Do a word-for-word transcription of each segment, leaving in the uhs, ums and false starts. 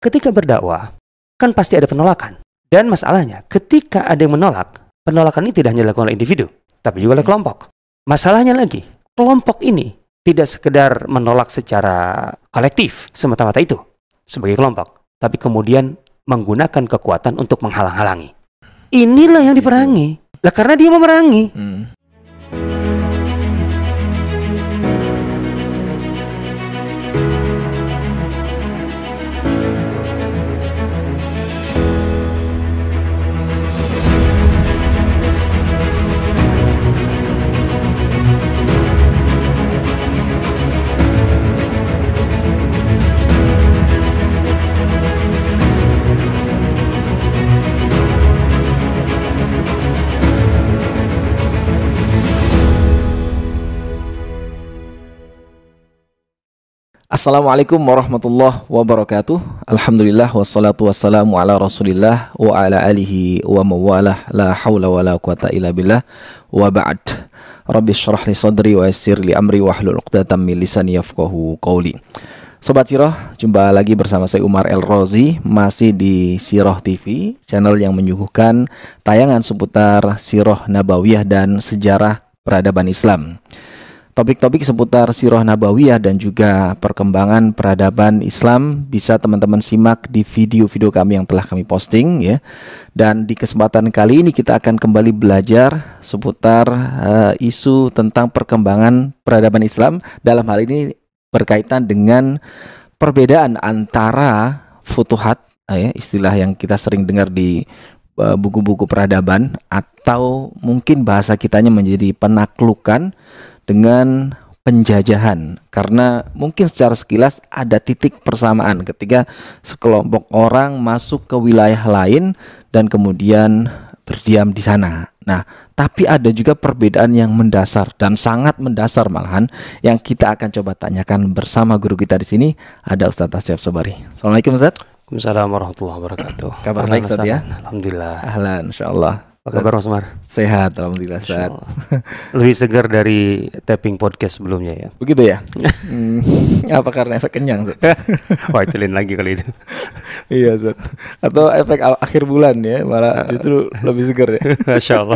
ketika berdakwah kan pasti ada penolakan. Dan masalahnya ketika ada yang menolak, penolakan ini tidak hanya dilakukan oleh individu, tapi juga oleh kelompok. Masalahnya lagi, kelompok ini tidak sekedar menolak secara kolektif semata-mata itu sebagai kelompok, tapi kemudian menggunakan kekuatan untuk menghalang-halangi. Inilah yang diperangi. Lah karena dia memerangi. Hmm. Assalamualaikum warahmatullahi wabarakatuh. Alhamdulillah wassalatu wassalamu ala rasulillah wa ala alihi wa mawalah. La hawla wa la quwata illa billah. Wa ba'd. Rabbi syrah li sadri wa yassir li amri wa hlul uqdatam min lisani yafqahu qawli. Sobat Sirah, jumpa lagi bersama saya Umar El Rozi, masih di Sirah T V, channel yang menyuguhkan tayangan seputar Sirah Nabawiyah dan sejarah peradaban Islam. Topik-topik seputar Sirah Nabawiyah dan juga perkembangan peradaban Islam bisa teman-teman simak di video-video kami yang telah kami posting ya. Dan di kesempatan kali ini kita akan kembali belajar seputar uh, isu tentang perkembangan peradaban Islam. Dalam hal ini berkaitan dengan perbedaan antara futuhat, uh, ya, istilah yang kita sering dengar di uh, buku-buku peradaban, atau mungkin bahasa kitanya menjadi penaklukan, dengan penjajahan. Karena mungkin secara sekilas ada titik persamaan ketika sekelompok orang masuk ke wilayah lain dan kemudian berdiam di sana. Nah, tapi ada juga perbedaan yang mendasar dan sangat mendasar malahan yang kita akan coba tanyakan bersama guru kita di sini, ada Ustaz Asyaf Sobari. Assalamualaikum Ustaz. Waalaikumsalam warahmatullahi wabarakatuh. Kabar baik Ustaz ya? Alhamdulillah. Ahlan, insyaallah. Apa kabar Mas Umar? Sehat, alhamdulillah Ustaz. Lebih segar dari tapping podcast sebelumnya ya. Begitu ya? hmm, apa karena efek kenyang Ustaz? Wah, itu lain lagi kali itu. Iya Ustaz. Atau efek akhir bulan ya, malah justru lebih segar ya. Masya Allah.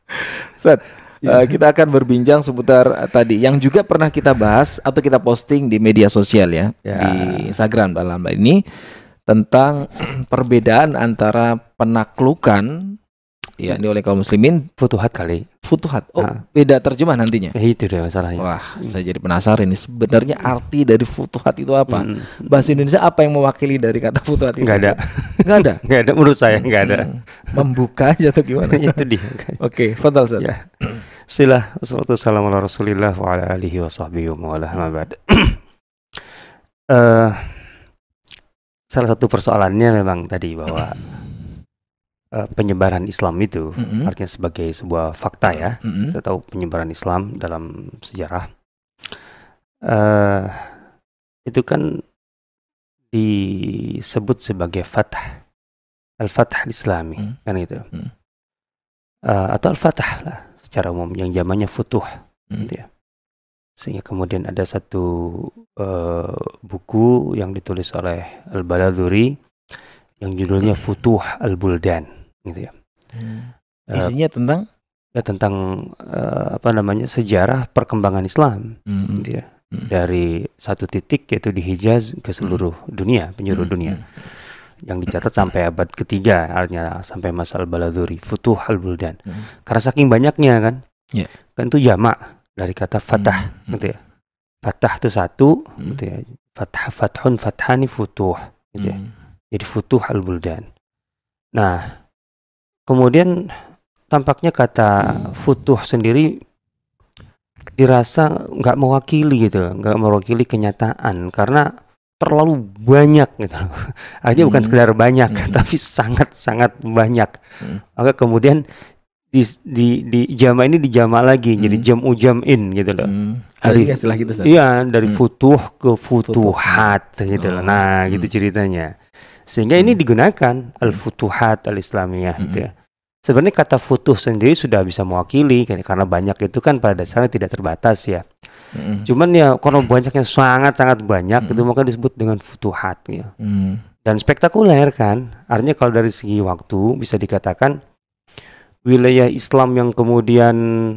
Ustaz, uh, kita akan berbincang seputar uh, tadi yang juga pernah kita bahas atau kita posting di media sosial ya, ya. Di Instagram dalam hal ini tentang perbedaan antara penaklukan, ya, ini oleh kaum muslimin, futuhat kali. Futuhat. Oh, nah. Beda terjemah nantinya. Eh, itu deh masalahnya. Wah, hmm. saya jadi penasaran ini sebenarnya arti dari futuhat itu apa? Hmm. Bahasa Indonesia apa yang mewakili dari kata futuhat itu? Enggak ada. Enggak ada. Enggak ada menurut saya, enggak ada. Hmm. Membuka aja atau gimana? Itu dia. Oke, fadhal Ustaz. Ya. Bismillah, wassalatu wassalamu ala Rasulillah wa ala alihi wa sahbihi wa ala ma ba'd. Uh, salah satu persoalannya memang tadi bahwa Uh, penyebaran Islam itu mm-hmm. artinya sebagai sebuah fakta ya. Mm-hmm. Kita tahu penyebaran Islam dalam sejarah uh, itu kan disebut sebagai Fath, Al-Fath Al-Islami, mm-hmm. kan gitu. Mm-hmm. Uh, atau Al-Fatah lah secara umum, yang zamannya Futuh, mm-hmm. gitu ya. Sehingga kemudian ada satu uh, buku yang ditulis oleh Al-Baladhuri yang judulnya Futuh Al-Buldan, gitu ya. Hmm. Isinya uh, tentang ya tentang uh, apa namanya sejarah perkembangan Islam, hmm. gitu ya. Hmm. Dari satu titik yaitu di Hijaz ke seluruh hmm. dunia, penjuru hmm. dunia. Yang dicatat sampai abad ketiga, artinya sampai masa Al-Baladhuri, Futuh Al-Buldan. Hmm. Karena saking banyaknya kan. Yeah. Kan itu jamak dari kata fatah, hmm. gitu ya. Fatah itu satu, hmm. gitu ya. Fatah, fathun, fathani, futuh, gitu ya. Hmm. Jadi Futuh Al-Buldan. Nah, kemudian tampaknya kata Futuh sendiri dirasa nggak mewakili gitu, nggak mewakili kenyataan karena terlalu banyak gitu. Artinya hmm. bukan sekedar banyak, hmm. tapi sangat-sangat banyak. Hmm. Maka kemudian di di di jama ini dijama lagi, hmm. jadi jam'u jam'in gitu loh. Hmm. Dari istilah gitu. Iya, dari hmm. futuh ke futuhat futuh. gitu loh. Nah, hmm. gitu ceritanya. Sehingga hmm. ini digunakan al-futuhat al-islamiyah hmm. gitu ya. Sebenarnya kata futuh sendiri sudah bisa mewakili karena banyak itu kan pada dasarnya tidak terbatas ya. Hmm. Cuman ya kalau banyaknya sangat-sangat banyak hmm. itu maka disebut dengan futuhat ya. Hmm. Dan spektakuler kan, artinya kalau dari segi waktu bisa dikatakan wilayah Islam yang kemudian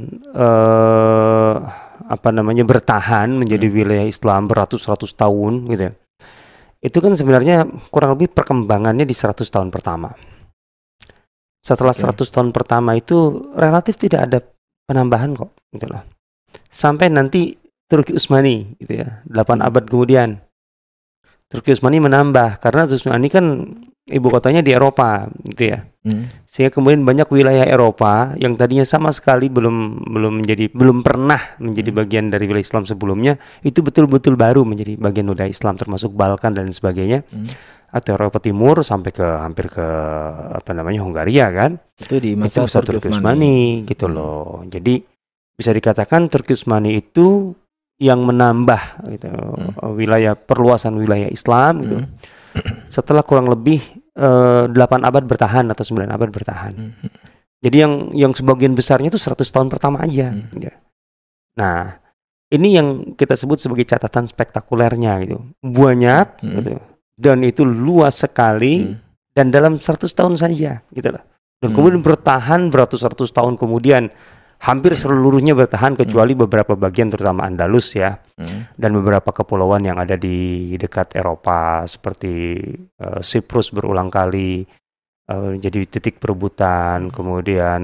eh, apa namanya bertahan menjadi hmm. wilayah Islam beratus-ratus tahun gitu ya. Itu kan sebenarnya kurang lebih perkembangannya di seratus tahun pertama. Setelah okay. seratus tahun pertama itu relatif tidak ada penambahan kok gitu loh. Sampai nanti Turki Utsmani gitu ya, delapan hmm. abad kemudian. Turki Utsmani menambah karena Utsmani kan ibu kotanya di Eropa gitu ya. Hmm. Sehingga kemudian banyak wilayah Eropa yang tadinya sama sekali belum belum menjadi belum pernah menjadi hmm. bagian dari wilayah Islam sebelumnya, itu betul-betul baru menjadi bagian wilayah Islam, termasuk Balkan dan sebagainya. Hmm. Atau Eropa Timur sampai ke hampir ke apa namanya Hungaria kan. Itu di masa itu Turki Utsmani gitu hmm. loh. Jadi bisa dikatakan Turki Utsmani itu yang menambah gitu, hmm. wilayah perluasan wilayah Islam gitu. Hmm. Setelah kurang lebih uh, delapan abad bertahan atau sembilan abad bertahan. Hmm. Jadi yang yang sebagian besarnya itu seratus tahun pertama aja hmm. gitu. Nah, ini yang kita sebut sebagai catatan spektakulernya gitu. Banyak hmm. gitu. Dan itu luas sekali hmm. dan dalam seratus tahun saja gitu loh. Dan hmm. kemudian bertahan beratus-ratus tahun kemudian. Hampir seluruhnya bertahan kecuali beberapa bagian terutama Andalus ya hmm. dan beberapa kepulauan yang ada di dekat Eropa seperti uh, Siprus berulang kali uh, jadi titik perebutan, kemudian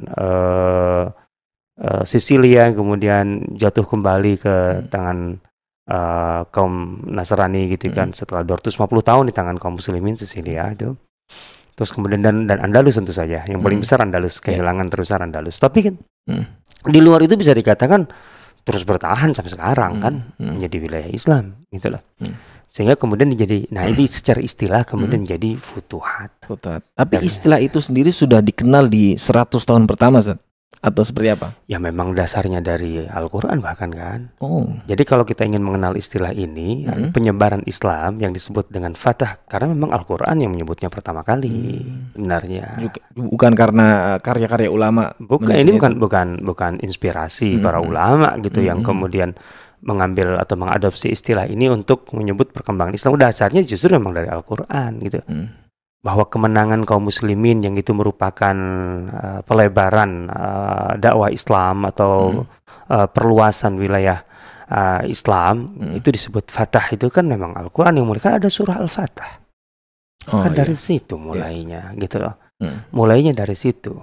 uh, uh, Sisilia kemudian jatuh kembali ke hmm. tangan uh, kaum Nasrani gitu kan hmm. setelah dua ratus lima puluh tahun di tangan kaum muslimin Sisilia itu. Terus kemudian dan, dan Andalus tentu saja yang paling hmm. besar Andalus, kehilangan yeah. terbesar Andalus. Tapi kan hmm. di luar itu bisa dikatakan terus bertahan sampai sekarang hmm. kan hmm. menjadi wilayah Islam gitu loh. Hmm. Sehingga kemudian jadi nah ini secara istilah kemudian hmm. jadi futuhat. Futuhat. Tapi dan, istilah itu sendiri sudah dikenal di seratus tahun pertama, Zat? Atau seperti apa? Ya memang dasarnya dari Al-Qur'an bahkan kan. Oh. Jadi kalau kita ingin mengenal istilah ini, hmm. penyebaran Islam yang disebut dengan Fatah, karena memang Al-Qur'an yang menyebutnya pertama kali hmm. sebenarnya. Bukan karena karya-karya ulama. Bukan, ini bukan bukan bukan inspirasi hmm. para ulama gitu hmm. yang kemudian mengambil atau mengadopsi istilah ini untuk menyebut perkembangan Islam. Dasarnya justru memang dari Al-Qur'an gitu. Hmm. Bahwa kemenangan kaum muslimin yang itu merupakan uh, pelebaran uh, dakwah Islam atau hmm. uh, perluasan wilayah uh, Islam hmm. itu disebut Fatah, itu kan memang Al-Qur'an yang mulai, kan ada surah Al-Fatah. Oh, kan iya. dari situ mulainya yeah. gitu loh. Hmm. Mulainya dari situ.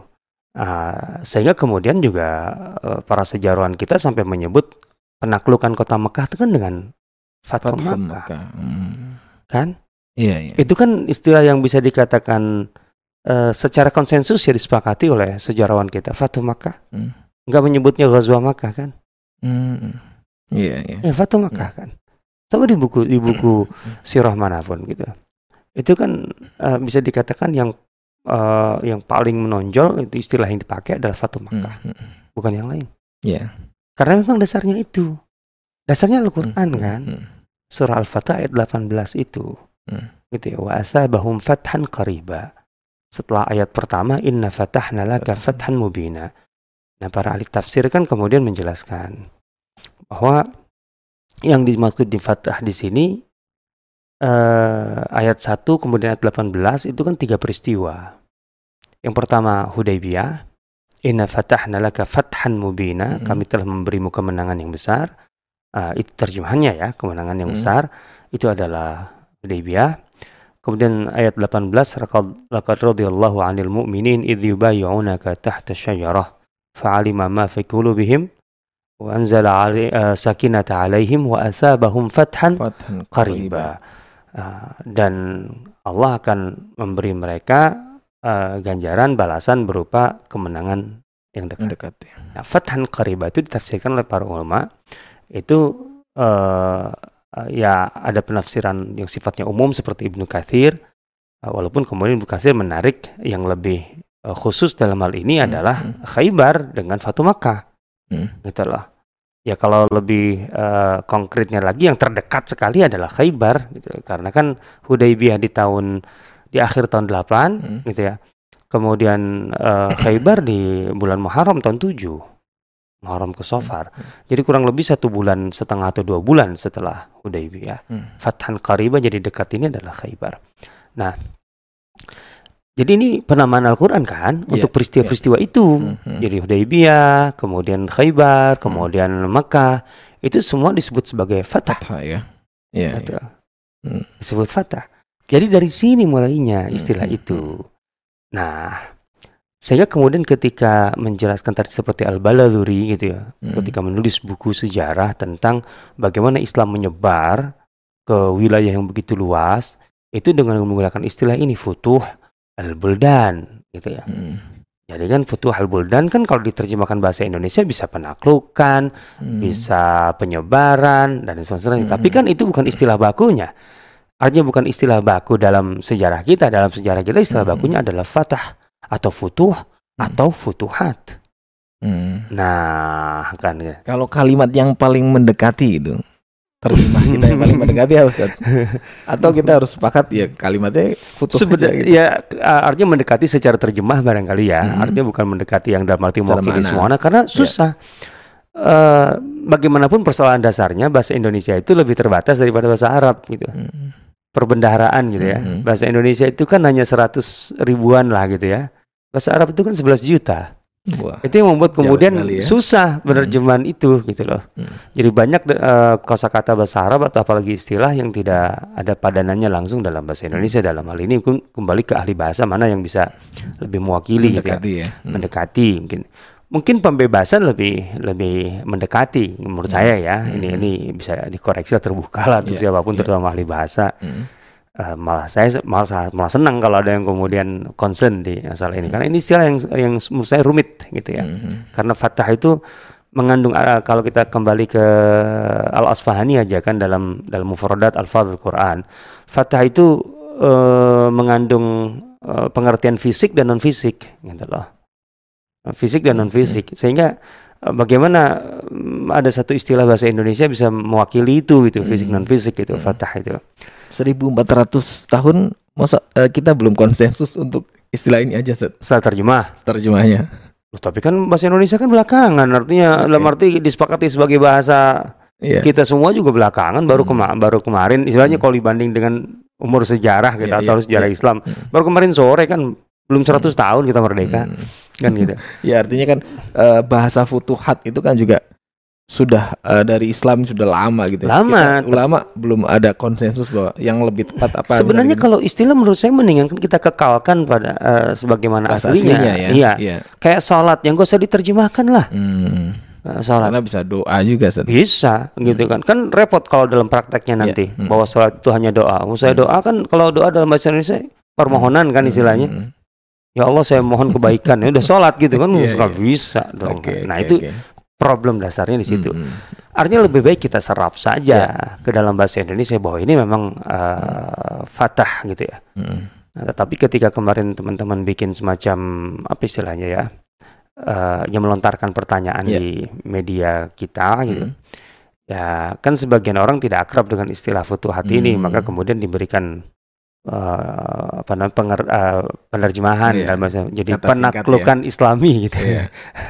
Uh, sehingga kemudian juga uh, para sejarawan kita sampai menyebut penaklukan kota Mekah itu kan dengan Fathu Makkah. Makkah. Hmm. Kan? Iya, iya. Itu kan istilah yang bisa dikatakan uh, secara konsensus ya disepakati oleh sejarawan kita. Fathu Makkah, hmm. nggak menyebutnya Ghazwa Makkah kan? Hmm. Iya, iya. Ya Fathu Makkah hmm. kan. Coba di buku di buku sirah manapun gitu. Itu kan uh, bisa dikatakan yang uh, yang paling menonjol itu istilah yang dipakai adalah Fathu Makkah, hmm. bukan yang lain. Iya. Karena memang dasarnya itu, dasarnya Al-Qur'an hmm. kan. Hmm. Surah Al-Fatah ayat delapan belas itu. Hmm. Gitu ya, wa asabahum fathan qariba. Setelah ayat pertama inna fatahna laka fathan mubina. Nah, para ahli tafsir kan kemudian menjelaskan bahwa yang dimaksud di Fatah di sini uh, ayat satu kemudian ayat delapan belas itu kan tiga peristiwa. Yang pertama Hudaybiyah, inna fatahna laka fathan mubina, hmm. kami telah memberimu kemenangan yang besar. Uh, itu terjemahannya ya, kemenangan yang hmm. besar itu adalah Hudaybiyah. Kemudian ayat delapan belas, laqad radiyallahu 'anil mu'minin idh yubayyi'unaka tahta syajarah fa'alima ma fi qulubihim wa anzala 'alai uh, sakinata 'alaihim wa asabahum fathan qariba. Uh, dan Allah akan memberi mereka uh, ganjaran balasan berupa kemenangan yang dekat. Nah, fathan qariba itu ditafsirkan oleh para ulama itu uh, Uh, ya ada penafsiran yang sifatnya umum seperti Ibnu Katsir, uh, walaupun kemudian Ibnu Katsir menarik yang lebih uh, khusus dalam hal ini hmm. adalah hmm. Khaybar dengan Fathu Makkah, hmm. gitu loh. Ya kalau lebih uh, konkretnya lagi yang terdekat sekali adalah Khaybar, gitu. Karena kan Hudaybiyah di tahun di akhir tahun delapan, hmm. gitu ya. Kemudian uh, Khaybar di bulan Muharram tahun tujuh. Muharram ke Safar. Jadi kurang lebih satu bulan setengah atau dua bulan setelah Hudaybiyah. Hmm. Fathan qariban, jadi dekat ini adalah Khaybar. Nah, jadi ini penamaan Al-Quran kan yeah, untuk peristiwa-peristiwa yeah. itu. Hmm. Jadi Hudaybiyah, kemudian Khaybar, kemudian hmm. Makkah, itu semua disebut sebagai Fatah. Fatah ya. Yeah, yeah. Hmm. Disebut Fatah. Jadi dari sini mulainya istilah hmm. itu. Nah, sehingga kemudian ketika menjelaskan tadi seperti Al-Baladhuri gitu ya, hmm. ketika menulis buku sejarah tentang bagaimana Islam menyebar ke wilayah yang begitu luas, itu dengan menggunakan istilah ini, Futuh Al-Buldan gitu ya. Hmm. Jadi kan Futuh Al-Buldan kan kalau diterjemahkan bahasa Indonesia bisa penaklukan, hmm. bisa penyebaran dan sebagainya. Hmm. Tapi kan itu bukan istilah bakunya. Artinya bukan istilah baku dalam sejarah kita. Dalam sejarah kita istilah hmm. bakunya adalah Fatah atau Futuh hmm. atau Futuhat. Hmm. Nah, kan ya. Kalau kalimat yang paling mendekati itu, terjemah kita yang paling mendekati ya Ustaz. Atau kita harus sepakat ya kalimatnya Futuh Sebeda, gitu. Ya artinya mendekati secara terjemah barangkali ya. Hmm. Artinya bukan mendekati yang dalam arti mewakili semuanya, karena susah. Ya. Uh, bagaimanapun persoalan dasarnya bahasa Indonesia itu lebih terbatas daripada bahasa Arab gitu. Hmm. Perbendaharaan gitu ya. Hmm. Bahasa Indonesia itu kan hanya seratus ribuan lah gitu ya. Bahasa Arab itu kan sebelas juta. Wah, itu yang membuat kemudian ya. susah penerjemahan hmm. itu gitu loh. Hmm. Jadi banyak uh, kosakata bahasa Arab atau apalagi istilah yang tidak ada padanannya langsung dalam bahasa Indonesia. Dalam hal ini kembali ke ahli bahasa mana yang bisa lebih mewakili mendekati gitu ya. ya. Hmm. Mendekati mungkin. Mungkin pembebasan lebih lebih mendekati menurut hmm. saya ya. Hmm. Ini ini bisa dikoreksi atau terbuka lah untuk yeah. siapapun yeah. terutama ahli bahasa. Hmm. Uh, malah saya malah malah senang kalau ada yang kemudian concern di masalah ini, karena ini istilah yang yang menurut saya rumit gitu ya. Mm-hmm. Karena Fatah itu mengandung uh, kalau kita kembali ke Al-Asfahani aja kan dalam dalam Mufradat Al-Fadhil Quran, Fatah itu uh, mengandung uh, pengertian fisik dan non fisik gitu loh. Fisik dan non fisik. Mm-hmm. Sehingga uh, bagaimana um, ada satu istilah bahasa Indonesia bisa mewakili itu gitu, fisik mm-hmm. non fisik gitu, mm-hmm. Fatah itu. seribu empat ratus tahun masa uh, kita belum konsensus untuk istilah ini aja Set. Setelah terjemah terjemahnya. Loh, tapi kan bahasa Indonesia kan belakangan, artinya okay. dalam arti disepakati sebagai bahasa yeah. kita semua juga belakangan, baru hmm. kema- baru kemarin istilahnya hmm. kalau dibanding dengan umur sejarah kita yeah, atau yeah, sejarah yeah. Islam hmm. baru kemarin sore kan belum seratus hmm. tahun kita merdeka hmm. kan gitu. Ya artinya kan uh, bahasa Futuhat itu kan juga sudah uh, dari Islam sudah lama gitu. Lama. Kita, ulama belum ada konsensus bahwa yang lebih tepat apa. Sebenarnya kalau istilah menurut saya mendingan kita kekalkan pada uh, sebagaimana bahasa aslinya. aslinya ya? Iya. iya. Kayak sholat yang gak usah diterjemahkan lah. Hmm. Uh, sholat. Karena bisa doa juga. Set. Bisa hmm. gitu kan. Kan repot kalau dalam prakteknya nanti yeah. hmm. bahwa sholat itu hanya doa. Saya hmm. doa kan kalau doa dalam bahasa Indonesia permohonan kan istilahnya. Hmm. Ya Allah saya mohon kebaikan. Ya udah sholat gitu kan. yeah, yeah. bisa dong. Okay, nah okay, itu okay. problem dasarnya di situ. Mm-hmm. Artinya lebih baik kita serap saja yeah. ke dalam bahasa Indonesia bahwa ini memang uh, mm. Fatah gitu ya. Mm. Nah, tetapi ketika kemarin teman-teman bikin semacam apa istilahnya ya, uh, yang melontarkan pertanyaan yeah. di media kita gitu, mm. ya kan sebagian orang tidak akrab dengan istilah Futuhat mm. ini, maka kemudian diberikan Uh, apa namanya penger, uh, penerjemahan yeah. dalam bahasa, jadi kata penaklukan ya. Islami gitu yeah.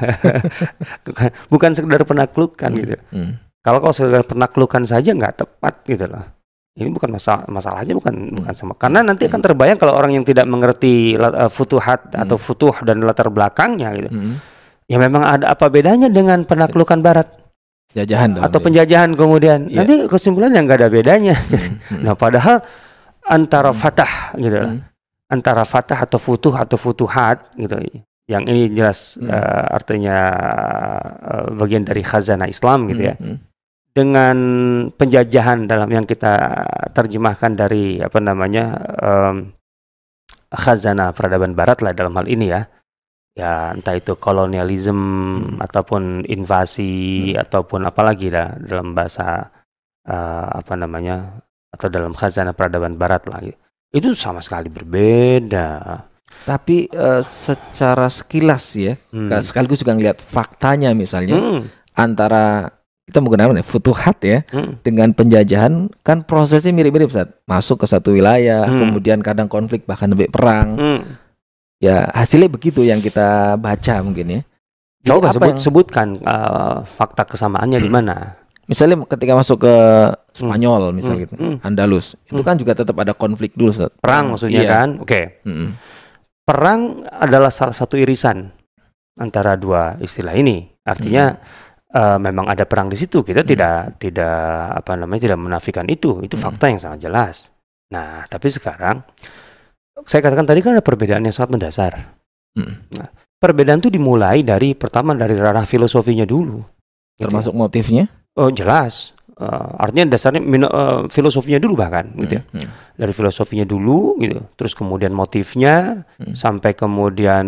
bukan sekedar penaklukan mm. gitu. mm. Kalau kalau sekedar penaklukan saja nggak tepat gitu loh. Ini bukan masalah masalahnya bukan mm. bukan sama, karena nanti akan terbayang kalau orang yang tidak mengerti uh, Futuhat mm. atau Futuh dan latar belakangnya gitu mm. ya memang ada apa bedanya dengan penaklukan Barat, jajahan atau penjajahan kemudian yeah. nanti kesimpulannya nggak ada bedanya. mm. Nah padahal antara Fatah gitu hmm. antara Fatah atau Futuh atau Futuhat gitu, yang ini jelas hmm. uh, artinya uh, bagian dari khazanah Islam gitu ya, hmm. dengan penjajahan dalam yang kita terjemahkan dari apa namanya um, khazanah peradaban Barat lah dalam hal ini ya, ya entah itu kolonialisme hmm. ataupun invasi hmm. ataupun apalagi lah dalam bahasa uh, apa namanya atau dalam khazanah peradaban Barat lah, itu sama sekali berbeda. Tapi uh, secara sekilas ya, hmm. sekaligus juga ngelihat faktanya misalnya hmm. antara kita menggunakan Futuhat ya hmm. dengan penjajahan kan prosesnya mirip-mirip saat masuk ke satu wilayah, hmm. kemudian kadang konflik bahkan sampai perang. Hmm. Ya hasilnya begitu yang kita baca mungkin ya. Coba sebut, yang... sebutkan uh, fakta kesamaannya di mana. Misalnya ketika masuk ke Spanyol, hmm. misalnya gitu, hmm. Andalus, itu hmm. kan juga tetap ada konflik dulu, Ustaz. Perang maksudnya iya. kan? Oke. Okay. Hmm. Perang adalah salah satu irisan antara dua istilah ini. Artinya hmm. uh, memang ada perang di situ. Kita hmm. tidak tidak apa namanya tidak menafikan itu. Itu hmm. fakta yang sangat jelas. Nah, tapi sekarang saya katakan tadi kan ada perbedaan yang sangat mendasar. Hmm. Nah, perbedaan itu dimulai dari pertama dari ranah filosofinya dulu. Termasuk gitu. Motifnya? Oh jelas. Uh, artinya dasarnya uh, filosofinya dulu bahkan, hmm. gitu ya. Hmm. Dari filosofinya dulu, gitu. Terus kemudian motifnya, hmm. sampai kemudian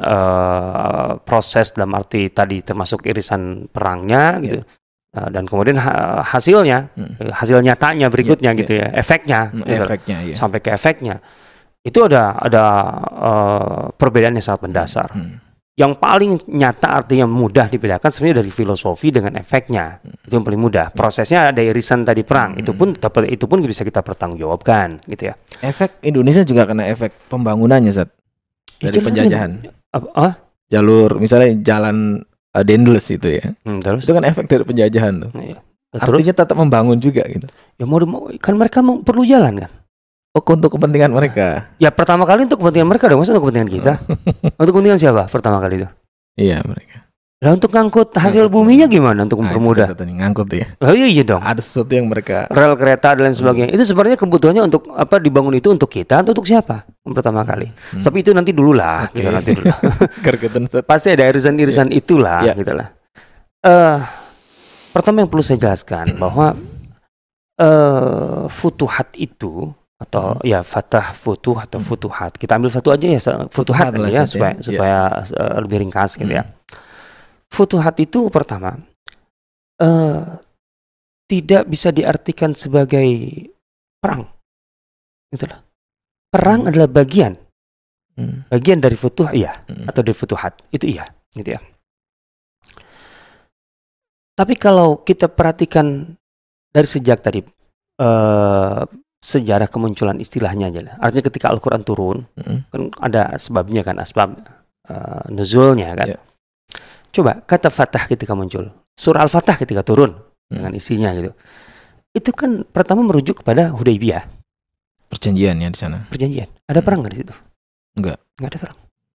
uh, proses dalam arti tadi termasuk irisan perangnya, yeah. gitu. Uh, dan kemudian ha- hasilnya, hmm. hasil nyatanya berikutnya, yeah, gitu yeah. ya, efeknya, hmm, gitu. efeknya yeah. sampai ke efeknya. Itu ada ada uh, perbedaan yang sangat mendasar. Hmm. Yang paling nyata artinya mudah dibedakan sebenarnya dari filosofi dengan efeknya. Hmm. Itu yang paling mudah. Prosesnya ada irisan tadi perang. Hmm. Itu pun itu pun bisa kita pertanggungjawabkan, gitu ya. Efek Indonesia juga kena efek pembangunannya, Zat. Dari itu penjajahan. Ah? Jalur misalnya jalan uh, Dendels itu ya. Hmm, terus? Itu kan efek dari penjajahan tuh. Nah, iya. Artinya tetap membangun juga gitu. Ya mau, mau kan mereka mau, perlu jalan kan. Oh, untuk kepentingan mereka. Ya pertama kali untuk kepentingan mereka dong, maksudnya untuk kepentingan kita. Untuk kepentingan siapa pertama kali itu? Iya mereka. Lah untuk ngangkut hasil ngangkut buminya gimana untuk nah, mempermudah? Ngangkut ya. Oh iya, iya dong. Ada sesuatu yang mereka rel kereta dan lain sebagainya. Hmm. Itu sebenarnya kebutuhannya untuk apa dibangun itu untuk kita atau untuk siapa? Yang pertama kali. Hmm. Tapi itu nanti dulu lah, okay. gitu nanti dulu. Pasti ada irisan-irisan yeah. itulah, yeah. gitulah. Uh, pertama yang perlu saya jelaskan bahwa uh, futuhat itu atau hmm. ya fatah futuh atau futuhat. Kita ambil satu aja ya futuhat futuhat ya supaya ya. supaya uh, lebih ringkas gitu hmm. ya. Futuhat itu pertama uh, tidak bisa diartikan sebagai perang. Gitulah. Perang hmm. adalah bagian. Hmm. Bagian dari futuh iya hmm. atau dari futuhat. Itu iya, gitu ya. Tapi kalau kita perhatikan dari sejak tadi uh, sejarah kemunculan istilahnya aja lah. Artinya ketika Al-Quran turun, mm. kan ada sebabnya kan, asbab uh, nuzulnya kan. Yeah. Coba kata Fatah ketika muncul, surah Al-Fatah ketika turun mm. dengan isinya gitu. Itu kan pertama merujuk kepada Hudaybiyah. Perjanjian ya di sana. Perjanjian. Ada mm. perang nggak di situ? Enggak. Enggak ada perang.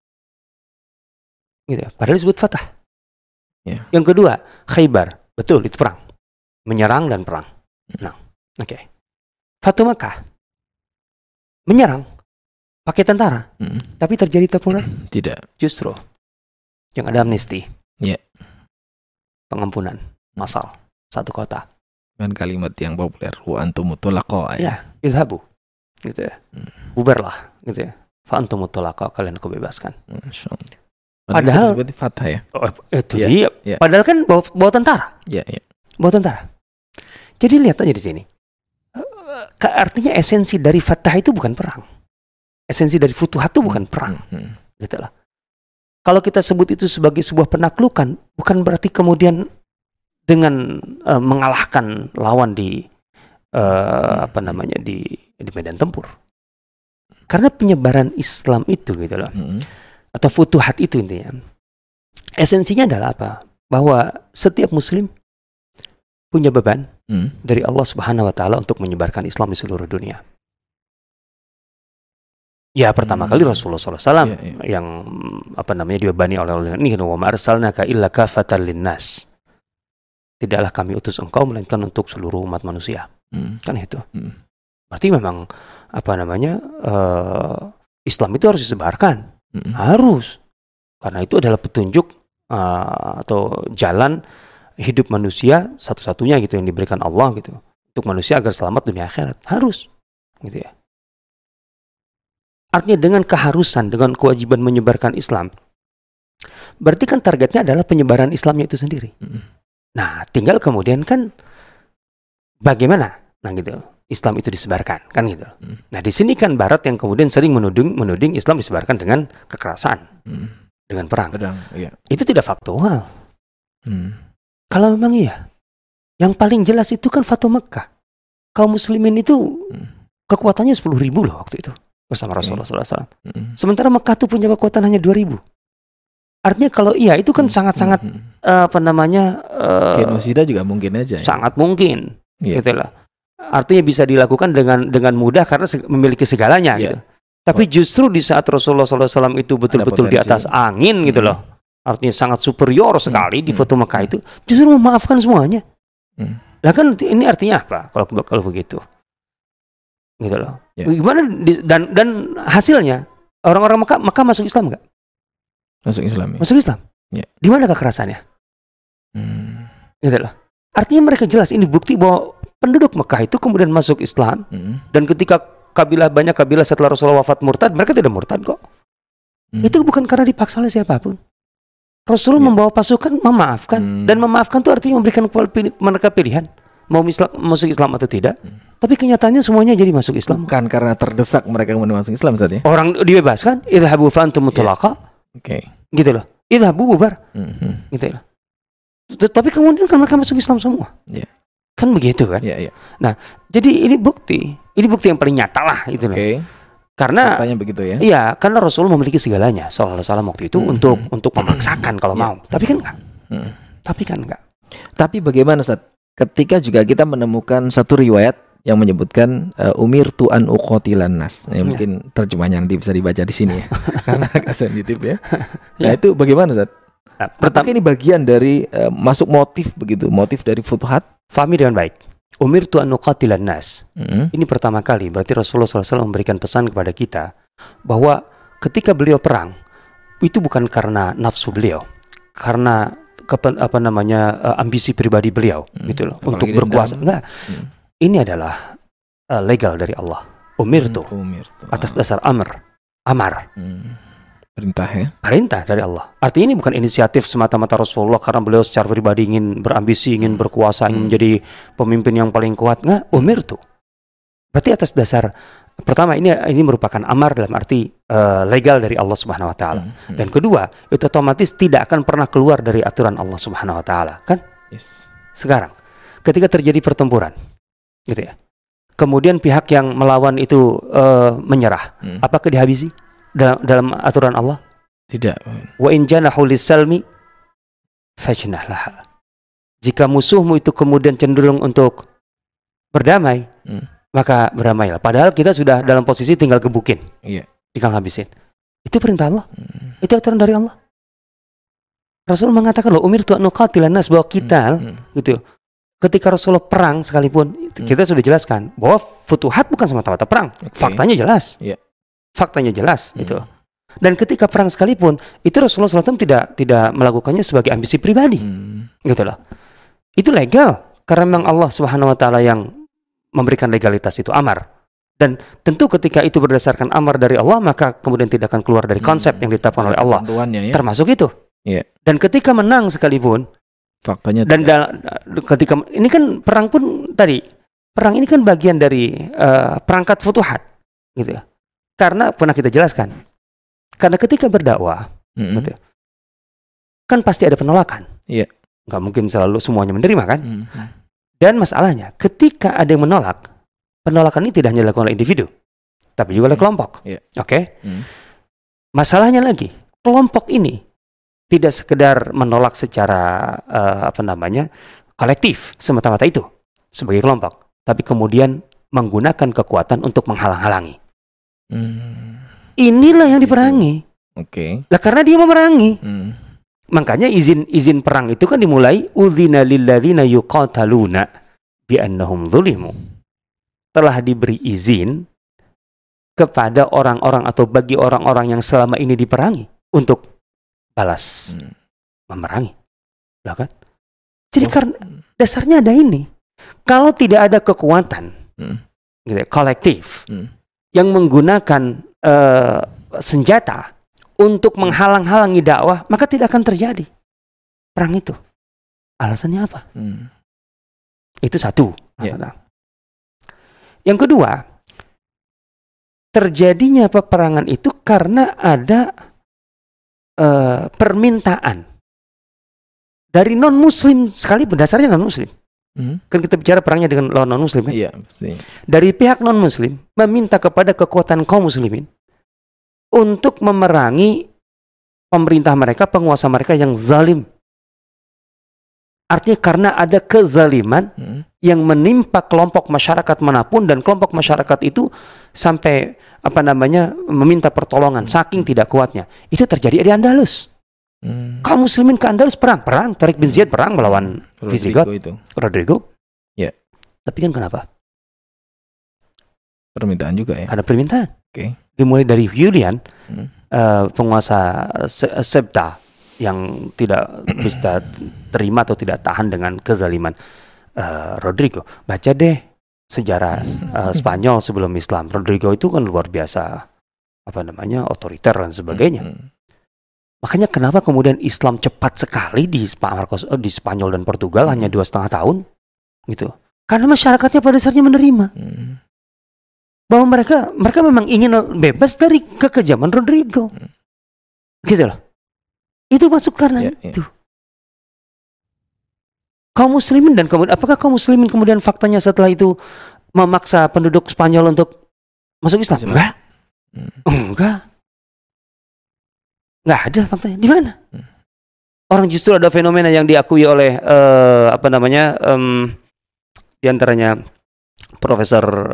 Gitu ya. Padahal disebut Fatah. Yeah. Yang kedua, Khaybar. Betul, itu perang. Menyerang dan perang. Mm. Nah, oke. Okay. Fatu Makkah menyerang pakai tentara, hmm. tapi terjadi terpulang? Tidak. Justru yang ada amnesti, yeah. pengampunan massal satu kota. Dan kalimat yang populer, wa antum mutlaqa. Ya, idhabu, gitu ya, hmm. bubarlah, gitu ya. Fa antum mutlaqa, kalian aku bebaskan. Padahal itu fatah ya. Oh, itu yeah. dia. Yeah. Padahal kan bawa, bawa tentara. Iya, yeah, yeah. Bawa tentara. Jadi lihat aja di sini. Artinya esensi dari fatah itu bukan perang. Esensi dari futuhat itu bukan perang. Hmm. Gitu lah. Kalau kita sebut itu sebagai sebuah penaklukan, bukan berarti kemudian dengan uh, mengalahkan lawan di uh, apa namanya di di medan tempur. Karena penyebaran Islam itu gitu loh. Hmm. Atau futuhat itu intinya. Esensinya adalah apa? Bahwa setiap muslim punya beban hmm. dari Allah Subhanahu wa taala untuk menyebarkan Islam di seluruh dunia. Ya pertama hmm. kali Rasulullah sallallahu alaihi wasallam yeah, yeah. yang apa namanya dibebani oleh Allah ini, wa ma arsalnaka illa kafatan linnas. Tidaklah kami utus engkau melainkan untuk seluruh umat manusia. Hmm. Kan itu. Hmm. Berarti memang apa namanya uh, Islam itu harus disebarkan. Hmm. Harus. Karena itu adalah petunjuk uh, atau jalan hidup manusia satu-satunya gitu yang diberikan Allah gitu untuk manusia agar selamat dunia akhirat. Harus gitu ya. Artinya dengan keharusan, dengan kewajiban menyebarkan Islam, berarti kan targetnya adalah penyebaran Islamnya itu sendiri. Mm. Nah, tinggal kemudian kan bagaimana, nah gitu, Islam itu disebarkan, kan gitu. Mm. Nah, di sini kan Barat yang kemudian sering menuding, menuding Islam disebarkan dengan kekerasan, mm. dengan perang. Pedang, iya. Itu tidak faktual. Mm. Kalau memang iya, yang paling jelas itu kan Fatu Makkah. Kaum muslimin itu mm. kekuatannya sepuluh ribu loh waktu itu. Bersama Rasulullah okay. sallallahu alaihi wasallam. Mm. Sementara Mekah tuh punya kekuatan hanya dua ribu. Artinya kalau iya itu kan sangat-sangat hmm. uh, apa namanya uh, genosida juga mungkin aja. Sangat ya? Mungkin, yeah. gitu lah. Artinya bisa dilakukan dengan dengan mudah karena se- memiliki segalanya. Yeah. Gitu. Tapi oh. justru di saat Rasulullah shallallahu alaihi wasallam itu betul-betul di atas angin, hmm. gitu loh. Artinya sangat superior sekali hmm. di foto Mekah itu, justru memaafkan semuanya. Hmm. Lah kan ini artinya apa kalau kalau begitu? Gitu loh. Yeah. Gimana di, dan dan hasilnya orang-orang Mekah Mekah masuk Islam enggak? Masuk Islam. Ya? Masuk Islam. Ya. Di mana kekerasannya? Hmm. Gitu loh. Artinya mereka jelas ini bukti bahwa penduduk Mekah itu kemudian masuk Islam hmm. dan ketika kabilah banyak kabilah setelah Rasulullah wafat murtad, mereka tidak murtad kok. Hmm. Itu bukan karena dipaksa oleh siapapun. Rasul ya. Membawa pasukan memaafkan hmm. dan memaafkan itu artinya memberikan mereka pilihan mau Islam, masuk Islam atau tidak. Hmm. Tapi kenyataannya semuanya jadi masuk Islam. Bukan karena terdesak mereka kemudian masuk Islam saat ya. Orang dibebaskan, idhabu fa antum mutlaqa. Oke. Okay. Gitu loh. Idhabu bubar. Mm-hmm. Gitu loh. Tapi kemudian kan mereka masuk Islam semua. Yeah. Kan begitu kan? Yeah, yeah. Nah, jadi ini bukti. Ini bukti yang paling nyata lah itu loh. Okay. Karena katanya begitu ya. Iya, karena Rasul memiliki segalanya sallallahu alaihi wasallam waktu itu mm-hmm. untuk untuk memaksakan kalau yeah. mau. Tapi kan enggak. Mm. Tapi kan enggak. Tapi bagaimana Ustaz? Ketika juga kita menemukan satu riwayat yang menyebutkan uh, umirtu an uqatilan nas. Ya, mungkin ya. Terjemahnya nanti bisa dibaca di sini ya. Karena agak sensitif ya. Nah, ya. Itu bagaimana Ustaz? Nah, pertama ini bagian dari uh, masuk motif begitu, motif dari futuhat. Fahami dengan baik. Umirtu an uqatilan nas. Mm-hmm. Ini pertama kali berarti Rasulullah shallallahu alaihi wasallam memberikan pesan kepada kita bahwa ketika beliau perang itu bukan karena nafsu beliau, karena Kepen, apa namanya uh, ambisi pribadi beliau hmm. gitu loh. Apalagi untuk berkuasa enggak hmm. ini adalah uh, legal dari Allah. Umirtu hmm, umirtu atas dasar amr amar hmm. perintah ya perintah dari Allah. Artinya ini bukan inisiatif semata-mata Rasulullah karena beliau secara pribadi ingin berambisi, ingin berkuasa, hmm. ingin menjadi pemimpin yang paling kuat. Enggak, umirtu berarti atas dasar pertama ini ini merupakan amar dalam arti uh, legal dari Allah Subhanahu wa taala. Hmm, hmm. Dan kedua, itu otomatis tidak akan pernah keluar dari aturan Allah Subhanahu wa taala, kan? Yes. Sekarang, ketika terjadi pertempuran, gitu ya. Kemudian pihak yang melawan itu uh, menyerah. Hmm. Apakah dihabisi dalam, dalam aturan Allah? Tidak. Wa in janahu lis-salmi fajnah laha. Jika musuhmu itu kemudian cenderung untuk berdamai, hmm. maka berdamailah. Padahal kita sudah dalam posisi tinggal gebukin, iya. tinggal habisin. Itu perintah Allah, hmm. itu aturan dari Allah. Rasul mengatakan loh, umirtu an uqatilan nas, bahwa kita, hmm. gitu. Ketika Rasulullah perang sekalipun, hmm. kita sudah jelaskan bahwa futuhat bukan semata-mata perang. Okay. Faktanya jelas, yeah. faktanya jelas hmm. itu. Dan ketika perang sekalipun, itu Rasulullah shallallahu alaihi wasallam tidak tidak melakukannya sebagai ambisi pribadi, hmm. gitu loh. Itu legal karena memang Allah Subhanahu Wa Taala yang memberikan legalitas itu, amar. Dan tentu ketika itu berdasarkan amar dari Allah, maka kemudian tidak akan keluar dari konsep hmm. yang ditetapkan oleh Allah, ya? Termasuk itu. Yeah. Dan ketika menang sekalipun, faktanya dan da- ketika ini kan perang pun tadi, perang ini kan bagian dari uh, perangkat futuhat, gitu ya. Karena pernah kita jelaskan, karena ketika berdakwah, mm-hmm. gitu, kan pasti ada penolakan. Iya. Yeah. Nggak mungkin selalu semuanya menerima kan? Mm-hmm. Dan masalahnya, ketika ada yang menolak, penolakan ini tidak hanya dilakukan oleh individu, tapi juga oleh kelompok. Yeah. Oke? Okay? Mm. Masalahnya lagi, kelompok ini tidak sekedar menolak secara uh, apa namanya kolektif semata-mata itu sebagai kelompok, tapi kemudian menggunakan kekuatan untuk menghalang-halangi. Mm. Inilah yang diperangi. Oke. Okay. Lah karena dia memerangi. Mm. Makanya izin izin perang itu kan dimulai udzina lilladzina yuqataluna bi annahum zulimu. Telah diberi izin kepada orang-orang atau bagi orang-orang yang selama ini diperangi untuk balas hmm. memerangi. Lah kan? Jadi oh. karena dasarnya ada ini. Kalau tidak ada kekuatan hmm. gitu, kolektif hmm. yang menggunakan uh, senjata untuk menghalang-halangi dakwah, maka tidak akan terjadi perang itu. Alasannya apa? Hmm. Itu satu. Yeah. Yang kedua, terjadinya peperangan itu karena ada uh, permintaan dari non-muslim sekalipun, dasarnya non-muslim. Hmm. Kan kita bicara perangnya dengan lawan non-muslim kan? Iya, dari pihak non-muslim meminta kepada kekuatan kaum muslimin untuk memerangi pemerintah mereka, penguasa mereka yang zalim. Artinya karena ada kezaliman hmm. yang menimpa kelompok masyarakat manapun, dan kelompok masyarakat itu sampai apa namanya meminta pertolongan hmm. saking tidak kuatnya. Itu terjadi di Andalus. Hmm. Kaum muslimin ke Andalus perang, perang. Tariq bin Ziyad perang melawan Visigoth, itu. Rodrigo. Ya. Yeah. Tapi kan kenapa? Permintaan juga ya. Karena permintaan. Oke. Okay. Dimulai dari Julian, hmm. uh, penguasa Sebta yang tidak bisa terima atau tidak tahan dengan kezaliman uh, Rodrigo. Baca deh sejarah uh, Spanyol sebelum Islam. Rodrigo itu kan luar biasa, apa namanya, otoriter dan sebagainya. Hmm. Makanya kenapa kemudian Islam cepat sekali di, Sp- di Spanyol dan Portugal hmm. hanya dua setengah tahun, gitu. Karena masyarakatnya pada dasarnya menerima hmm. bahwa mereka mereka memang ingin bebas dari kekejaman Rodrigo, hmm. gitu loh. Itu masuk karena ya, itu. Ya. Kaum muslimin dan kemudian apakah kaum muslimin kemudian faktanya setelah itu memaksa penduduk Spanyol untuk masuk Islam? Islam. Enggak. Hmm. Enggak. Enggak ada faktanya. Di mana? Hmm. Orang justru ada fenomena yang diakui oleh uh, apa namanya? Um, di antaranya Profesor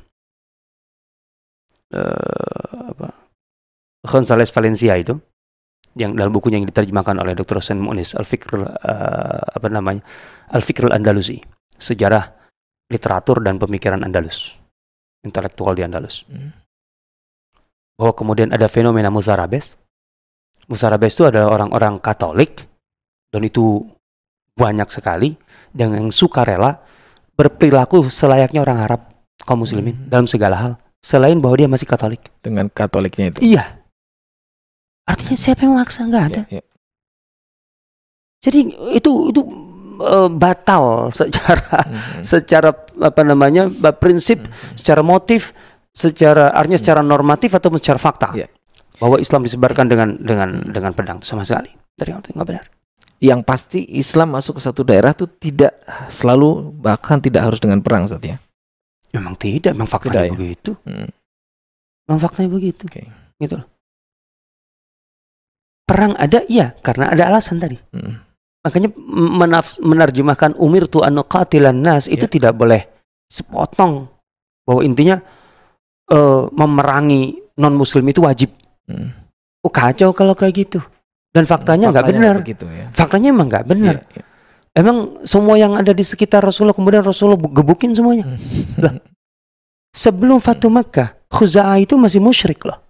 uh, apa? González Valencia itu, yang dalam bukunya yang diterjemahkan oleh Doktor Hussein Mu'nis, Al-Fikr uh, apa namanya? Al-Fikr Al-Andalusi, sejarah literatur dan pemikiran Andalus, intelektual di Andalus. Hmm. Bahwa kemudian ada fenomena Musarabes. Musarabes itu adalah orang-orang Katolik, dan itu banyak sekali, dan yang sukarela berperilaku selayaknya orang Arab, kaum muslimin, hmm. dalam segala hal, selain bahwa dia masih Katolik. Dengan Katoliknya itu? Iya. Artinya siapa yang memaksa? Enggak ada. Ya, ya. Jadi itu itu uh, batal secara hmm. secara apa namanya prinsip, hmm. secara motif, secara artinya secara normatif atau secara fakta. Ya. Bahwa Islam disebarkan dengan dengan dengan pedang itu sama sekali dari awal nggak benar. Yang pasti Islam masuk ke satu daerah itu tidak selalu, bahkan tidak harus dengan perang, Ustaz ya. Memang tidak, memang faktanya tidak, begitu. Ya? Hmm. Memang faktanya begitu. Okay. Gitu loh. Perang ada, iya, karena ada alasan tadi. Hmm. Makanya menaf- menerjemahkan umirtu an nuqatilan nas itu yeah. tidak boleh sepotong. Bahwa intinya uh, memerangi non-muslim itu wajib. Hmm. Oh kacau kalau kayak gitu. Dan faktanya nggak benar. Begitu, ya. Faktanya emang nggak benar. Yeah, yeah. Emang semua yang ada di sekitar Rasulullah kemudian Rasulullah gebukin semuanya. Hmm. Lah, sebelum Fatu Makkah, Khuza'ah itu masih musyrik loh.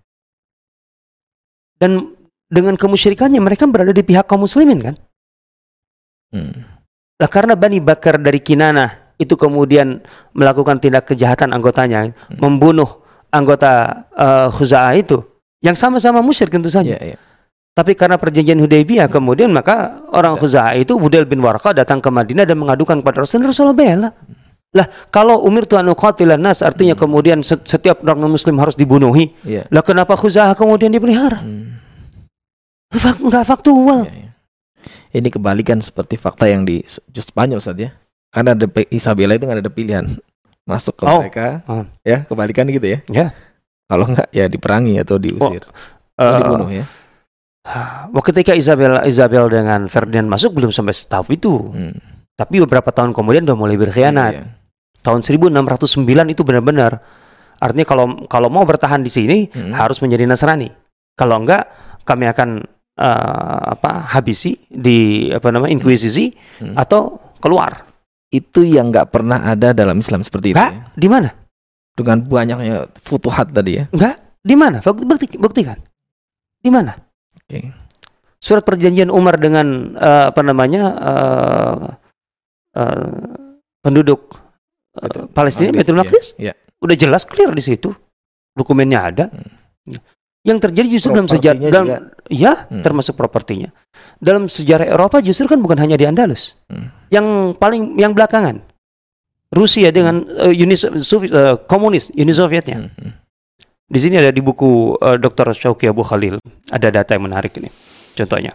Dan dengan kemusyrikannya mereka berada di pihak kaum muslimin kan. Hmm. Lah karena Bani Bakar dari Kinanah itu kemudian melakukan tindak kejahatan anggotanya, hmm. membunuh anggota uh, Khuza'ah itu yang sama-sama musyrik tentu saja. Yeah, yeah. Tapi karena perjanjian Hudaybiyah hmm. kemudian maka orang yeah. Khuza'ah itu Budayl bin Warqah datang ke Madinah dan mengadukan kepada Rasulullah, Rasulullah bela. Hmm. Lah kalau umirtu an nuqatilan nas artinya hmm. kemudian setiap orang muslim harus dibunuhi. Yeah. Lah kenapa Khuza'ah kemudian dipelihara? Hmm. Fak, enggak faktual. Ya, ya. Ini kebalikan seperti fakta yang di Spanyol saja. Karena ada Isabella itu nggak ada pilihan masuk ke oh. mereka, oh. ya kebalikan gitu ya. Ya. Kalau enggak ya diperangi atau diusir, oh. uh, dibunuh ya. Waktu ketika Isabel Isabel dengan Ferdinand masuk belum sampai setahun itu, hmm. tapi beberapa tahun kemudian udah mulai berkhianat. Ya, ya. Tahun seribu enam ratus sembilan itu benar-benar. Artinya kalau kalau mau bertahan di sini hmm. harus menjadi Nasrani. Kalau enggak kami akan Uh, apa habisi di apa namanya inkuisisi hmm. atau keluar. Itu yang nggak pernah ada dalam Islam seperti itu. Nggak? Ya? Di mana? Dengan banyaknya futuhat tadi ya. Nggak? Di mana? Bukti, buktikan. Di mana? Oke. Okay. Surat perjanjian Umar dengan uh, apa namanya uh, uh, penduduk uh, Palestina, Baitul Maqdis, ya. Ya. Udah jelas clear di situ. Dokumennya ada. Hmm. Yang terjadi justru dalam sejarah dalam, ya hmm. termasuk propertinya. Dalam sejarah Eropa justru kan bukan hanya di Andalus. Hmm. Yang paling yang belakangan Rusia dengan uh, Uni Soviet, uh, komunis Uni Sovietnya. Hmm. Di sini ada di buku uh, Doktor Syauqi Abu Khalil ada data yang menarik ini. Contohnya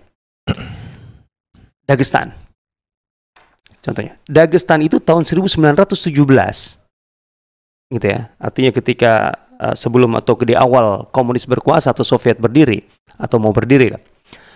Dagestan. Contohnya Dagestan itu tahun seribu sembilan ratus tujuh belas. Gitu ya. Artinya ketika uh, sebelum atau di awal komunis berkuasa atau Soviet berdiri atau mau berdiri lah.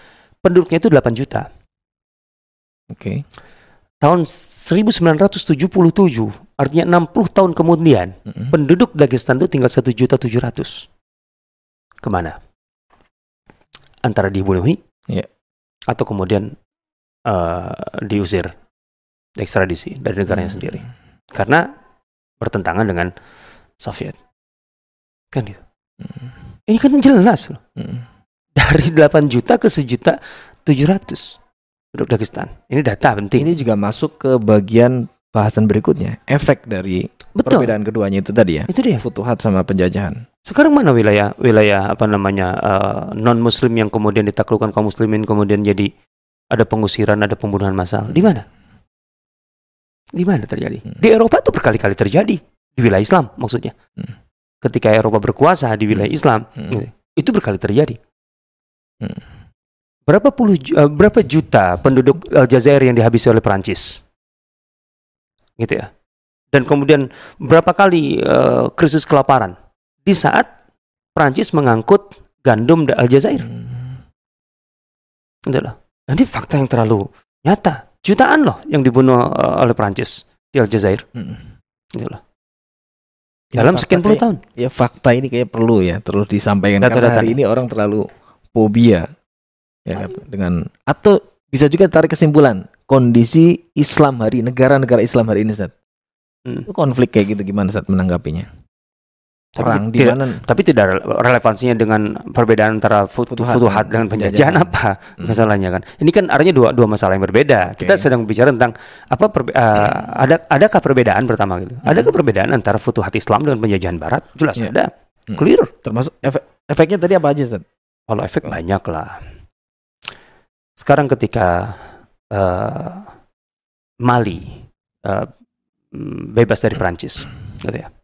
penduduknya itu delapan juta. Oke. Okay. Tahun seribu sembilan ratus tujuh puluh tujuh, artinya enam puluh tahun kemudian, mm-hmm. penduduk Dagestan itu tinggal satu juta tujuh ratus. Kemana? Antara dibunuhi, yeah. atau kemudian uh, diusir, ekstradisi dari negaranya mm-hmm. sendiri. Karena bertentangan dengan Soviet. Kan gitu. Mm-hmm. Ini kan jelas loh. Mm-hmm. Dari delapan juta ke sejuta tujuh ratus. Penduduk Dagestan. Ini data penting. Ini juga masuk ke bagian bahasan berikutnya. Efek dari Betul. perbedaan keduanya itu tadi ya. Itu dia. Futuhat sama penjajahan. Sekarang mana wilayah wilayah apa namanya uh, non Muslim yang kemudian ditaklukkan kaum muslimin, kemudian jadi ada pengusiran, ada pembunuhan massal. Di mana? Di mana terjadi? Hmm. Di Eropa itu berkali-kali terjadi. Di wilayah Islam maksudnya. Hmm. Ketika Eropa berkuasa di wilayah Islam, hmm. itu berkali terjadi. Hmm. Berapa puluh uh, berapa juta penduduk Aljazair yang dihabisi oleh Perancis, gitu ya. Dan kemudian berapa kali uh, krisis kelaparan di saat Perancis mengangkut gandum dari Aljazair. Gitu loh. Nanti fakta yang terlalu nyata, jutaan loh yang dibunuh uh, oleh Perancis di Aljazair. Gitu loh. Dalam ya, sekian puluh tahun. Ya fakta ini kayak perlu ya terus disampaikan. Data-data karena hari ini orang terlalu fobia. Ya, dengan atau bisa juga tarik kesimpulan kondisi Islam hari negara-negara Islam hari ini, Ustaz. Hmm. Itu konflik kayak gitu gimana Ustaz menanggapinya? Perang di mana? Tapi tidak relevansinya dengan perbedaan antara futuhat, futuhat dengan penjajahan apa hmm. masalahnya kan? Ini kan artinya dua dua masalah yang berbeda. Okay. Kita sedang bicara tentang apa perbe- uh, ada adakah perbedaan pertama gitu? Hmm. Adakah perbedaan antara futuhat Islam dengan penjajahan Barat? Jelas yeah. ada. Hmm. Clear. Termasuk efek efeknya tadi apa aja, Ustaz? Kalau efek oh. banyak lah. Sekarang ketika uh, Mali uh, bebas dari Perancis, gitu ya.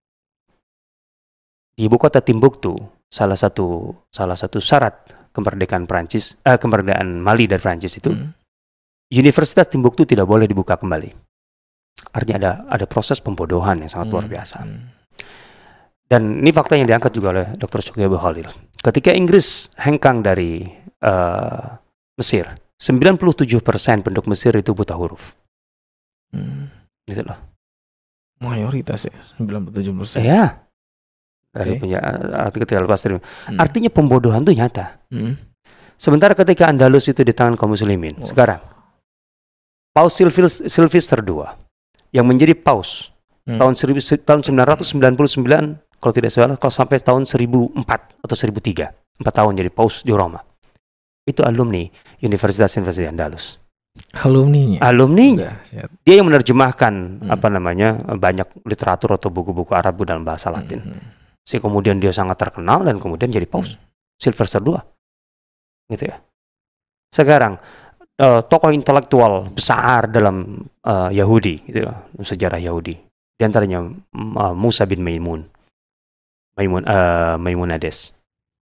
Di ibu kota Timbuktu, salah satu salah satu syarat kemerdekaan Perancis, uh, kemerdekaan Mali dari Perancis itu, hmm. Universitas Timbuktu tidak boleh dibuka kembali. Artinya ada ada proses pembodohan yang sangat hmm. luar biasa. Hmm. Dan ini fakta yang diangkat juga oleh doktor Syukri Abu Khalil. Ketika Inggris hengkang dari uh, Mesir, sembilan puluh tujuh persen penduduk Mesir itu buta huruf. Hmm. Gitu loh. Mayoritas ya, sembilan puluh tujuh persen. Iya. Dari okay. ketika lepas dari. Hmm. Artinya pembodohan itu nyata. Hmm. Sementara ketika Andalus itu di tangan kaum muslimin, oh. sekarang Paus Silvester kedua yang menjadi paus hmm. tahun seribu, tahun sembilan ratus sembilan puluh sembilan kalau tidak salah, kalau sampai tahun seribu empat atau seribu tiga, empat tahun jadi paus di Roma. Itu alumni Universitas Universitas Andalus. Alumninya. Alumninya. Dia yang menerjemahkan hmm. apa namanya banyak literatur atau buku-buku Arab dalam bahasa Latin. Hmm. Sehingga kemudian dia sangat terkenal dan kemudian jadi paus. Hmm. Silvester kedua. Gitu ya. Sekarang uh, tokoh intelektual besar dalam uh, Yahudi, gitu ya, sejarah Yahudi. Di antaranya uh, Musa bin Maimun. Maimun uh, Maimunades.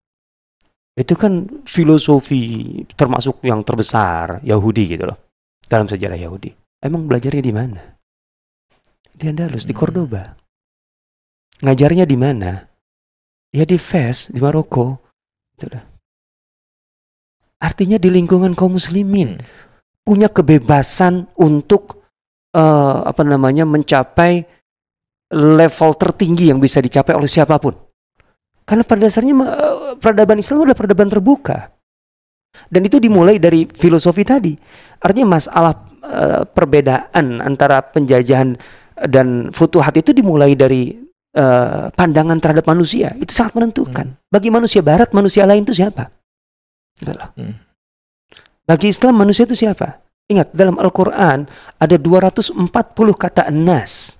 Itu kan filosofi termasuk yang terbesar Yahudi gitu loh. Dalam sejarah Yahudi. Emang belajarnya di mana? Di Andalus, hmm. di Cordoba. Ngajarnya di mana? Ya di Fez, di Maroko. Gitu loh. Artinya di lingkungan kaum muslimin. Punya kebebasan untuk uh, apa namanya mencapai level tertinggi yang bisa dicapai oleh siapapun. Karena pada dasarnya peradaban Islam adalah peradaban terbuka. Dan itu dimulai dari filosofi tadi. Artinya masalah uh, perbedaan antara penjajahan dan futuhat itu dimulai dari uh, pandangan terhadap manusia. Itu sangat menentukan. Hmm. Bagi manusia barat, manusia lain itu siapa? Hmm. Bagi Islam, manusia itu siapa? Ingat, dalam Al-Quran ada dua ratus empat puluh kata an-nas.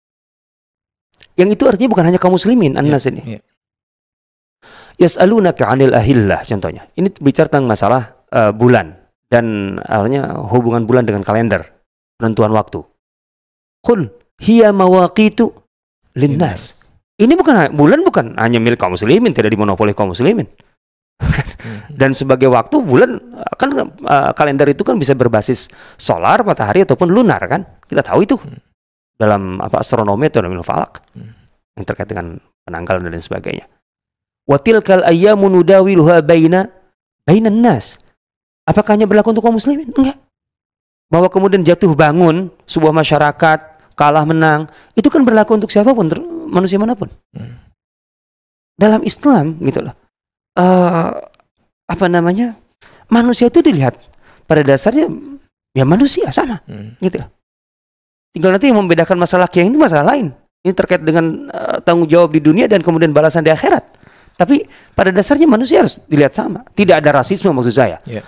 Yang itu artinya bukan hanya kaum muslimin, an-nas yeah, ini. Yeah. Yas'alunaka 'anil ahillah contohnya. Ini bicara tentang masalah uh, bulan dan artinya hubungan bulan dengan kalender, penentuan waktu. Qul hiya mawaqitu linnas. Ini bukan bulan bukan hanya milik kaum muslimin, tidak dimonopoli kaum muslimin. Dan sebagai waktu bulan kan uh, kalender itu kan bisa berbasis solar, matahari ataupun lunar kan? Kita tahu itu. Dalam apa astronomi atau ilmu falak yang terkait dengan penanggalan dan lain sebagainya. Wa tilkal ayyamu nudawiluha baina bainan nas. Apakah hanya berlaku untuk kaum muslimin? Enggak. Bahwa kemudian jatuh bangun sebuah masyarakat, kalah menang, itu kan berlaku untuk siapapun, manusia manapun. Hmm. Dalam Islam gitu loh. Uh, apa namanya? Manusia itu dilihat pada dasarnya ya manusia sama, hmm. gitu loh. Tinggal nanti yang membedakan masalah kiai itu masalah lain. Ini terkait dengan uh, tanggung jawab di dunia dan kemudian balasan di akhirat. Tapi pada dasarnya manusia harus dilihat sama. Tidak ada rasisme maksud saya. Yeah.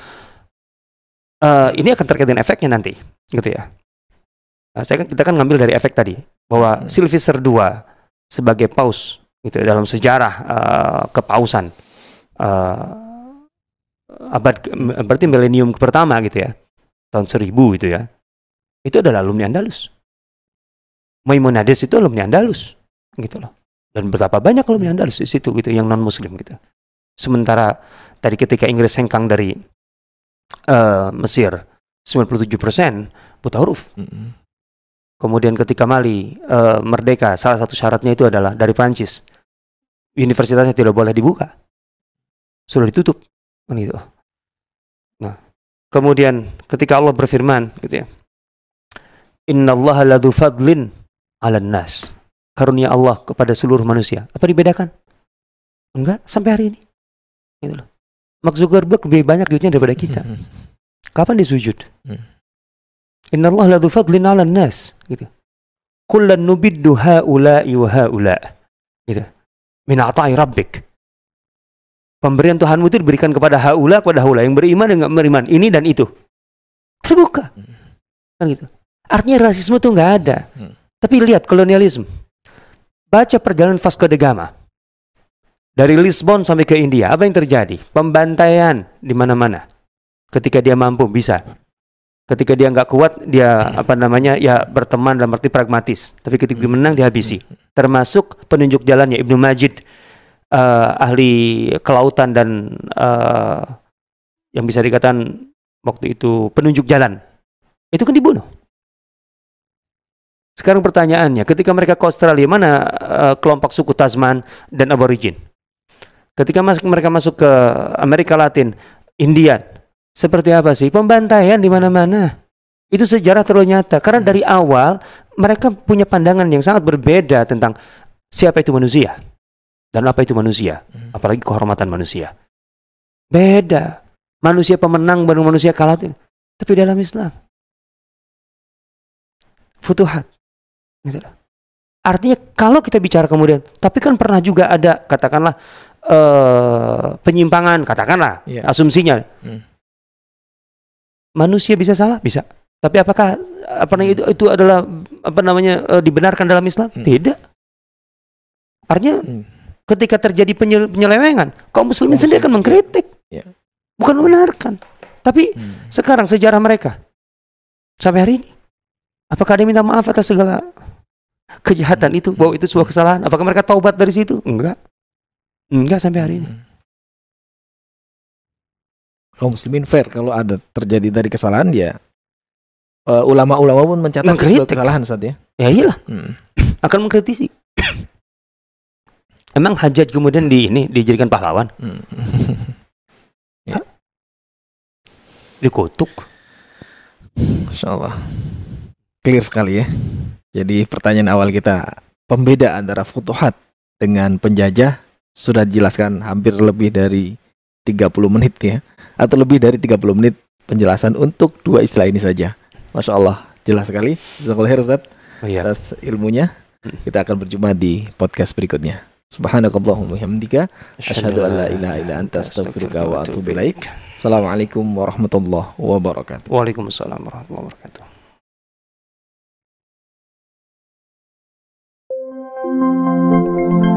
Uh, ini akan terkait dengan efeknya nanti, gitu ya. Uh, saya kan kita kan ngambil dari efek tadi bahwa hmm. Sylvester kedua sebagai paus, gitu dalam sejarah uh, kepausan uh, abad berarti milenium pertama, gitu ya, tahun seribu gitu ya. Itu adalah alumni Andalus. Maimonades itu alumni Andalus, gitu loh. Dan betapa banyak alumni Andalus di situ gitu yang non muslim gitu. Sementara tadi ketika Inggris hengkang dari uh, Mesir sembilan puluh tujuh persen buta huruf. Mm-hmm. Kemudian ketika Mali uh, merdeka, salah satu syaratnya itu adalah dari Prancis. Universitasnya tidak boleh dibuka. Sudah ditutup kan gitu. Nah, kemudian ketika Allah berfirman gitu ya. Innallaha ladzu fadlin 'alan nas. Karunia Allah kepada seluruh manusia. Apa dibedakan? Enggak, sampai hari ini. Gitu loh. Mark Zuckerberg lebih banyak duitnya daripada kita. Kapan dia sujud? Innallaha ladzu fadlin 'alan nas, gitu. Kullan nubiddu haula'i wa haula'. Gitu. Min 'ata'i rabbik. Pemberian Tuhanmu itu diberikan kepada haula, kepada haula yang beriman dan enggak beriman. Ini dan itu. Terbuka. Kan gitu. Artinya rasisme itu nggak ada. Hmm. Tapi lihat kolonialisme. Baca perjalanan Vasco da Gama. Dari Lisbon sampai ke India. Apa yang terjadi? Pembantaian di mana-mana. Ketika dia mampu, bisa. Ketika dia nggak kuat, dia apa namanya ya berteman dalam arti pragmatis. Tapi ketika dia menang, dihabisi. Termasuk penunjuk jalannya Ibnu Majid, uh, ahli kelautan dan uh, yang bisa dikatakan waktu itu penunjuk jalan. Itu kan dibunuh. Sekarang pertanyaannya, ketika mereka ke Australia, mana uh, kelompok suku Tasman dan Aborigin? Ketika masuk, mereka masuk ke Amerika Latin, Indian, seperti apa sih? Pembantaian di mana-mana. Itu sejarah terlalu nyata. Karena dari awal, mereka punya pandangan yang sangat berbeda tentang siapa itu manusia. Dan apa itu manusia. Apalagi kehormatan manusia. Beda. Manusia pemenang, baru manusia kalah. Tapi dalam Islam, futuhat. Gitu. Artinya kalau kita bicara kemudian, tapi kan pernah juga ada katakanlah uh, penyimpangan, katakanlah yeah. asumsinya hmm. manusia bisa salah, bisa. Tapi apakah apa namanya hmm. itu itu adalah apa namanya uh, dibenarkan dalam Islam? Hmm. Tidak. Artinya hmm. ketika terjadi penyel, penyelewengan, kaum muslimin oh, sendiri akan mengkritik, yeah. bukan membenarkan. Tapi hmm. sekarang sejarah mereka sampai hari ini, apakah dia minta maaf atas segala kejahatan itu, bahwa itu sebuah kesalahan? Apakah mereka taubat dari situ? Enggak. Enggak sampai hari ini. Kaum muslimin fair kalau ada terjadi dari kesalahan ya. Uh, ulama-ulama pun mencatat sebuah kesalahan saat ya. Ya iyalah. Hmm. Akan mengkritisi. Emang Hajjaj kemudian di ini dijadikan pahlawan? Hmm. ya. Dikutuk. Masya Allah. Clear sekali ya. Jadi pertanyaan awal kita, pembeda antara futuhat dengan penjajah sudah dijelaskan hampir lebih dari tiga puluh menit ya. Atau lebih dari tiga puluh menit penjelasan untuk dua istilah ini saja. Masya Allah, jelas sekali. Jazakallahu khair Ustaz oh, iya. atas ilmunya. Kita akan berjumpa di podcast berikutnya. Subhanakallahumma wa bihamdika asyhadu an la ilaha illa anta astaghfiruka wa atubu ilaik. Assalamualaikum warahmatullahi wabarakatuh. Waalaikumsalam warahmatullahi wabarakatuh. Thank you.